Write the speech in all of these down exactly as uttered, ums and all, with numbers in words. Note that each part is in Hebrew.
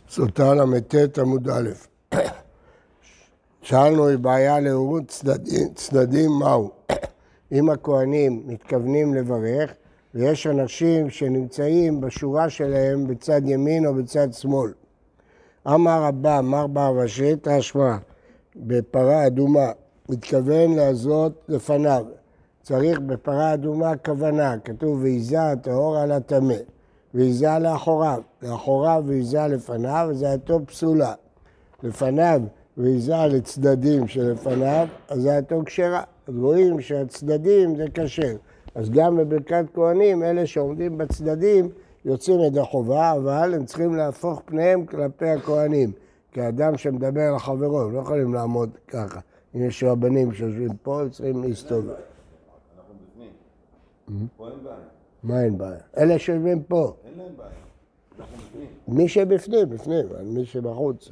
סוטה למתת עמוד א'. שאלנו היא בעיה להורות צדדים, צדדים מהו? אם הכהנים מתכוונים לברך, ויש אנשים שנמצאים בשורה שלהם בצד ימין או בצד שמאל. אמר רבא, אמר בערבשי, תשמע, בפרה אדומה, מתכוון לעזות לפניו. צריך בפרה אדומה כוונה, כתוב ויזה הטהור על הטמא. ויזה לאחוריו, לאחוריו ויזה לפניו, וזעתו פסולה. לפניו ויזה לצדדים שלפניו, אז זעתו כשרה. אז רואים שהצדדים זה כשר. אז גם בברכת כהנים, אלה שעומדים בצדדים יוצאים ידי חובה, אבל הם צריכים להפוך פניהם כלפי הכהנים. כאדם שמדבר לחברו, הם לא יכולים לעמוד ככה. אם יש רבנים שיושבים פה, הם צריכים להסתובב. אנחנו בפנים. פה אין בעיה. מה אין בעיה? אלה שיושבים פה. אין להם בעיה. אנחנו בפנים. מי שבפנים, בפנים, מי שבחוץ.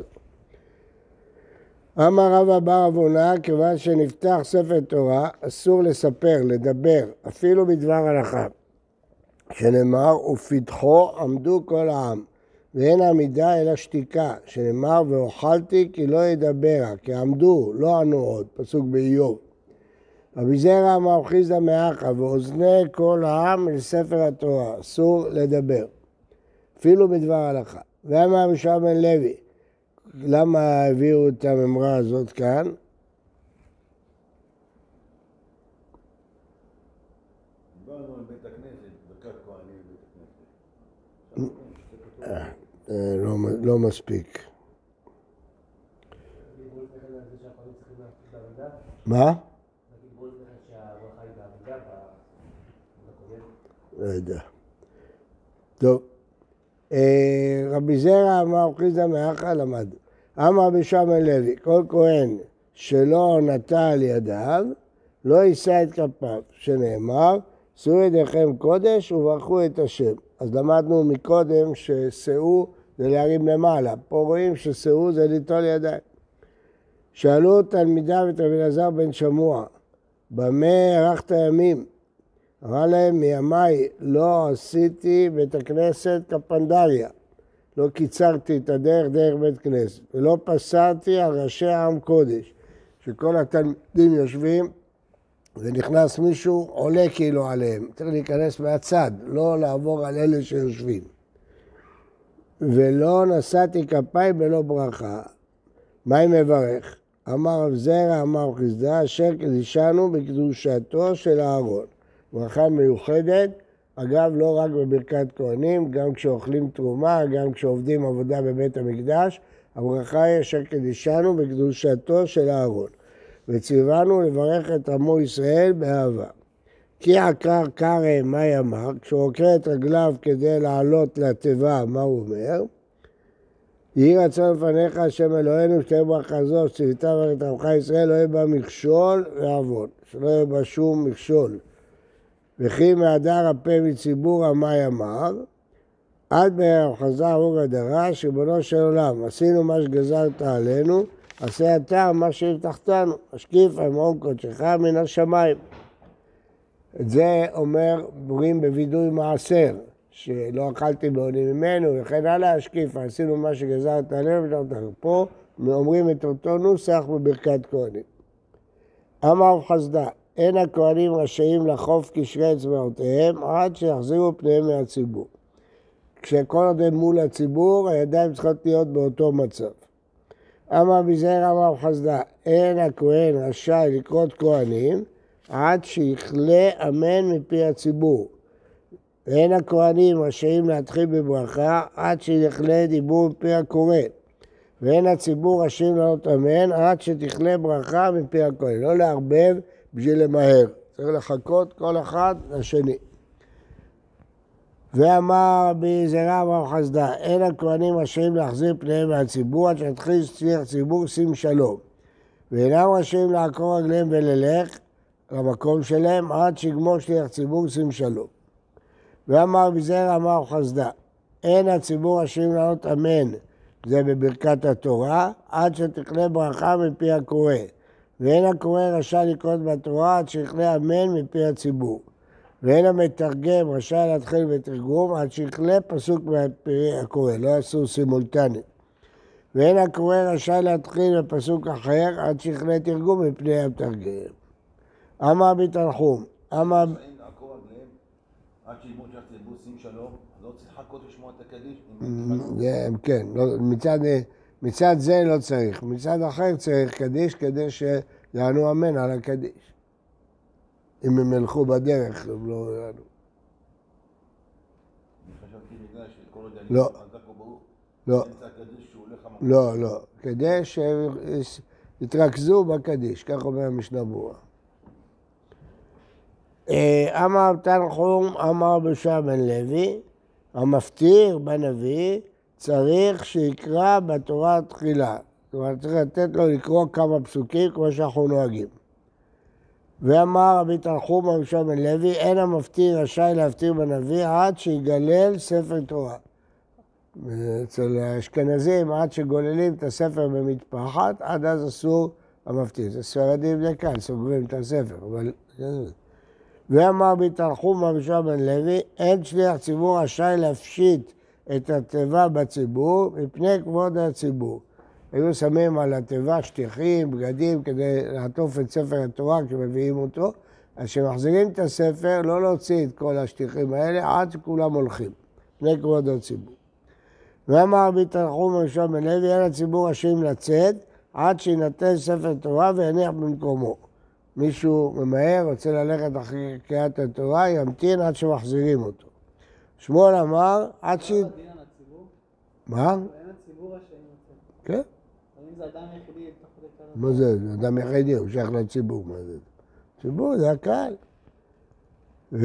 אמר רבא בר אבונה, כיוון שנפתח ספר תורה, אסור לספר, לדבר, אפילו בדבר הלכה. שנאמר, ופתחו עמדו כל העם, ואין עמידה אלא שתיקה, שנאמר, ואוכלתי כי לא ידברה, כי עמדו, לא ענו עוד, פסוק באיוב. רבי זרע אמר חיסדא מאחא, ואוזני כל העם לספר התורה, אסור לדבר, אפילו בדבר הלכה. ואמר רבי שמעון בן לוי, למה הביאו את הממרה הזאת כאן? דיברנו על בית הכנסת, ברכת כהנים בבית הכנסת. לא מספיק. מה? לא יודע. טוב. רבי זרע אמר חיסדא מאחא למד. אמר רבי שמעון בן לוי, כל כהן שלא נטע על ידיו, לא יישא את כפיו, שנאמר, שאו ידיכם קודש וברכו את השם. אז למדנו מקודם ששאו זה להרים למעלה. פה רואים ששאו זה ליטול ידיים. שאלו תלמידיו את רבי אלעזר בן שמוע, במה ארכת ימים? אמר להם, מימיי לא עשיתי בית הכנסת כפנדריה. לא קיצרתי את הדרך דרך בית כנסת, ולא פסרתי על ראשי העם קודש. שכל התלמידים יושבים, ונכנס מישהו, עולה כאילו עליהם. צריך להיכנס מהצד, לא לעבור על אלה שיושבים. ולא נשאתי כפיים בלא ברכה. מה אם מברך? אמר רב זרע, אמר חיסדא, אשר קדישנו בקדושתו של אהרון. ברכה מיוחדת, אגב, לא רק בברכת כהנים, גם כשאוכלים תרומה, גם כשעובדים עבודה בבית המקדש, הברכה היא אשר קדישנו בקדושתו של אהרון. וציוונו לברך את עמו ישראל באהבה. כי עקר כרם, מה יאמר? כשהוא עוקר את רגליו כדי לעלות לתיבה, מה הוא אומר? יהי רצון לפניך השם אלוהינו שתהיה ברכה זו, שציווית את עמך ישראל, לא יהיה בה מכשול ועוון, שלא יהיה בה שום מכשול. וכי מהדר הפה מציבור מה יאמר? עד בערב חזר אור הדרה, ריבונו של עולם, עשינו מה שגזרת עלינו, עשה אתה מה שהבטחתנו, השקיף עמעון קודשך מן השמיים. את זה אומר בורים בווידוי מעשר, שלא אכלתי בעוני ממנו, וכן הלאה השקיף, עשינו מה שגזרת עלינו, פה אומרים את אותו נוסח בברכת כהנים. אמר חסדא, אין הכהנים רשאים לחוף קשרי אצבעותיהם עד שיחזירו פניהם מהציבור. כשכל עוד הם מול הציבור, הידיים צריכות להיות באותו מצב. אמר בזעיר אמר חסדא, אין הכהן רשאי לקרות כהנים עד שיכלה אמן מפי הציבור. ואין הכהנים רשאים להתחיל בברכה עד שיכלה דיבור מפי הקורא. ואין הציבור רשאים לעלות אמן עד שתכלה ברכה מפי הכהן. לא לערבב בשביל למהר. צריך לחכות כל אחד לשני. ואמר בזעיר אמר חסדא, אין הכהנים רשאים להחזיר פניהם מהציבור עד שיתחיל שליח ציבור שים שלום. ואינם רשאים לעקור רגליהם וללך למקום שלהם עד שיגמור שליח ציבור שים שלום. ואמר בזעיר אמר חסדא, אין הציבור רשאים לענות אמן, זה בברכת התורה, עד שתכלה ברכה מפי הקורא. ואין הקורא רשאי לקרות בתורה עד שיכלה אמן מפי הציבור. ואין המתרגם רשאי להתחיל בתרגום עד שיכלה פסוק מפי הקורא, לא עשו סימולטני. ואין הקורא רשאי להתחיל בפסוק אחר עד שיכלה תרגום מפני המתרגם. אמר בתנחום, אמר... עד שיגמור שהציבור שים שלום, לא צריך לחכות לשמוע את הקדיש? כן, מצד, מצד זה לא צריך, מצד אחר צריך קדיש כדי שיענו אמן על הקדיש. אם הם ילכו בדרך, הם לא יענו. אני חשבתי בגלל שכל רגע אני לא. חזק וברוך. לא. נמצא הקדיש שהוא הולך המקום. לא, לא, כדי שיתרכזו בקדיש, כך אומר המשנה ברורה. אמר תנחום, אמר בשעה בן לוי, המפטיר בנביא צריך שיקרא בתורה תחילה. זאת אומרת, צריך לתת לו לקרוא כמה פסוקים כמו שאנחנו נוהגים. ואמר רבי תנחום, אמר בשעה בן לוי, אין המפטיר רשאי להפטיר בנביא עד שיגלל ספר תורה. אצל האשכנזים, עד שגוללים את הספר במטפחת, עד אז אסור המפטיר. זה ספרדים לכאן, סוגרים את הספר, אבל... ואמר בתנחום רבי בן לוי, אין שליח ציבור רשאי להפשיט את התיבה בציבור מפני כבוד הציבור. היו שמים על התיבה שטיחים, בגדים, כדי לעטוף את ספר התורה כשמביאים אותו, אז כשמחזירים את הספר, לא להוציא את כל השטיחים האלה עד שכולם הולכים, מפני כבוד הציבור. ואמר בתנחום רבי בן לוי, אין הציבור רשאים לצאת עד שינתן ספר תורה ויניח במקומו. מישהו ממהר, רוצה ללכת אחרי קריאת התורה, ימתין עד שמחזירים אותו. שמואל אמר, עד ש... אין הציבור? מה? אין הציבור רשאים לצאת. כן. אבל אם זה אדם יחידי, תוך כדי קהל. מה זה? זה אדם יחידי, הוא שייך לציבור. מה זה? ציבור זה הקהל. ו...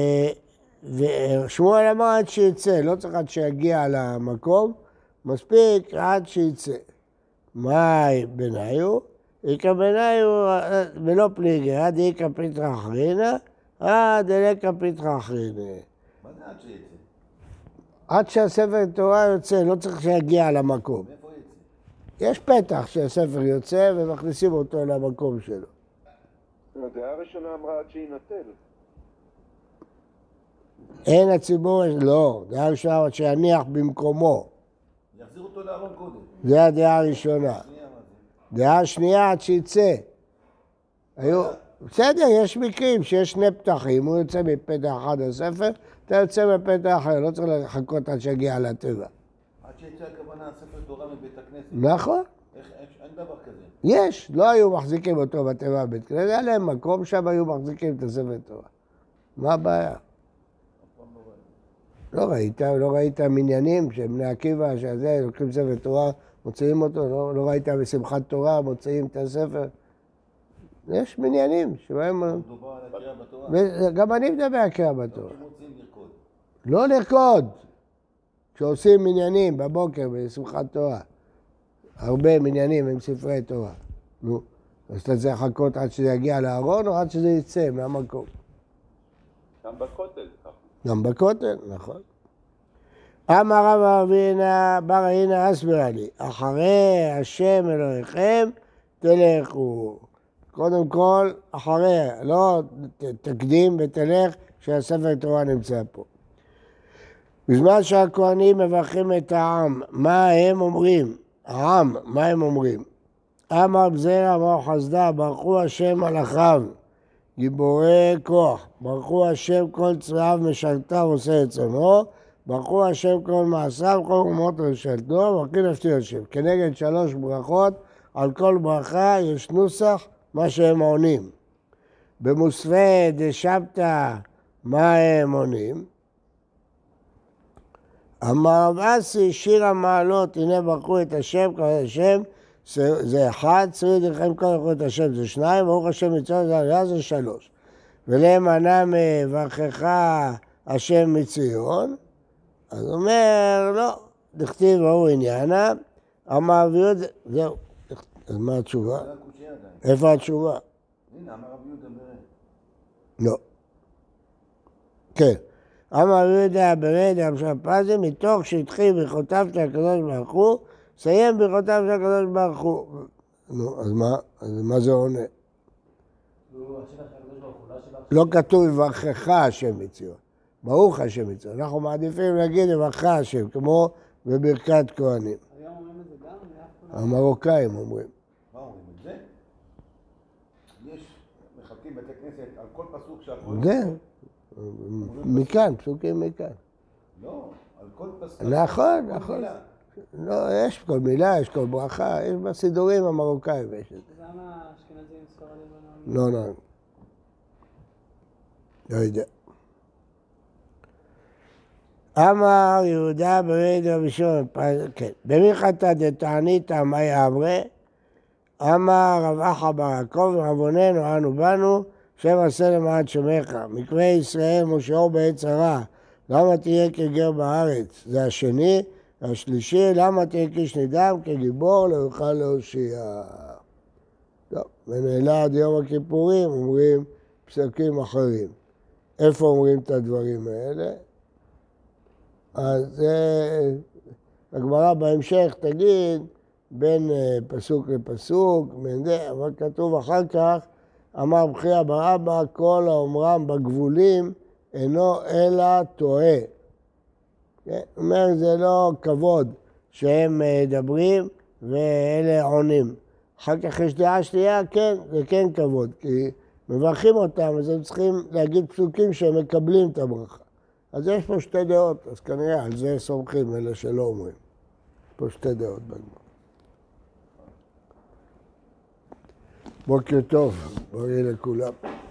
ושמואל אמר עד שיצא, לא צריך עד שיגיע למקום, מספיק עד שיצא. מאי בניו? איקא בניו ולא פליגי, עד איקא פיתרא אחרינא, עד אליקא פיתרא אחרינא. מה זה עד שיצא? עד שהספר תורה יוצא, לא צריך שיגיע למקום. מאיפה יצא? יש פתח שהספר יוצא ומכניסים אותו למקום שלו. הדעה הראשונה אמרה עד שינטל. אין הציבור, לא, דעה ראשונה עד שיניח במקומו. יחזיר אותו לארון קודם. זה הדעה הראשונה. דעה שנייה עד שיצא. היו, בסדר, יש מקרים שיש שני פתחים, הוא יוצא מפתח אחד הספר, אתה יוצא מפתח אחר, לא צריך לחכות עד שיגיע לטבע. עד שיצא הכוונה ספר תורה מבית הכנסת. נכון. איך, איך, אין דבר כזה. יש, לא היו מחזיקים אותו בטבע בבית כנסת, היה להם מקום שם היו מחזיקים את הספר תורה. מה הבעיה? לא ראית, לא ראית מניינים שבני עקיבא, שזה, לוקחים ספר תורה, מוציאים אותו, לא, לא ראית בשמחת תורה, מוציאים את הספר. יש מניינים שבהם... מדובר על הקריאה בתורה. גם אני מדבר על קריאה בתורה. שמוצאים לרקוד. לא לרקוד. כשעושים מניינים בבוקר בשמחת תורה. הרבה מניינים עם ספרי תורה. נו, אז אתה צריך לחכות עד שזה יגיע לארון או עד שזה יצא מהמקום. גם בכותל. גם בכותל, נכון. אמר רב אבינה בר הנה אסבירה לי, אחרי השם אלוהיכם תלכו. קודם כל, אחרי, לא תקדים ותלך כשהספר תורה נמצא פה. בזמן שהכהנים מברכים את העם, מה הם אומרים? העם, מה הם אומרים? אמר בזרע אמר חסדה, ברכו השם מלאכיו, גיבורי כוח, ברכו השם כל צבאיו משרתיו עושה את צונו, ברכו השם כל מעשיו, כל אומות ממשלתו, ברכי נפשי השם. כנגד שלוש ברכות, על כל ברכה יש נוסח מה שהם עונים. במוסווה דשבתא, מה הם עונים? אמר רב אסי, שיר המעלות, הנה ברכו את השם, כל השם, זה אחד, צרי דרכם כל ברכו את השם, זה שניים, ברוך השם מצוין, זה היה, זה שלוש. ולמנה מברכך השם מציון, אז אומר, לא, דכתיב ראו עניינה, אמר רב יהודה, זהו, אז מה התשובה? איפה התשובה? הנה, אמר רב יהודה ברד. לא. כן. אמר רב יהודה ברד, המשל פזי, מתוך שהתחיל ברכותיו של הקדוש ברוך הוא, סיים ברכותיו של הקדוש ברוך הוא. נו, אז מה? אז מה זה עונה? לא כתוב ברכך השם מציון. ברוך השם מציון. אנחנו מעדיפים להגיד ברכך השם, כמו בברכת כהנים. היום אומרים את זה גם? המרוקאים אומרים. מה אומרים את זה? יש, מחלקים בתי כנסת על כל פסוק שהכל... כן, מכאן, פסוקים מכאן. לא, על כל פסוק... נכון, נכון. לא, יש כל מילה, יש כל ברכה, יש בסידורים המרוקאים, יש את זה. אז למה אשכנזים ספרדים לא נוהגים? לא, לא. לא יודע. אמר יהודה ברד רבי שמעון, כן, במיכתא דתעניתא מאי אברי, אמר רב אחא בר יעקב, עווננו אנו בנו, שם עשה למען שמך, מקווה ישראל מושעו בעת צרה, למה תהיה כגר בארץ? זה השני. השלישי, למה תהיה כאיש נדם, כגיבור לא יוכל להושיע. טוב, ונעלה עד יום הכיפורים אומרים פסקים אחרים. איפה אומרים את הדברים האלה? אז הגמרא בהמשך תגיד בין פסוק לפסוק, אבל כתוב אחר כך, אמר בחייא בר אבא, כל האומרם בגבולים אינו אלא טועה. זאת אומרת, זה לא כבוד שהם מדברים ואלה עונים. אחר כך יש דעה שנייה, כן, זה כן כבוד, כי מברכים אותם, אז הם צריכים להגיד פסוקים שהם מקבלים את הברכה. אז יש פה שתי דעות, אז כנראה על זה סומכים, אלה שלא אומרים. פה שתי דעות בגמרא. בוקר טוב, בריא לכולם.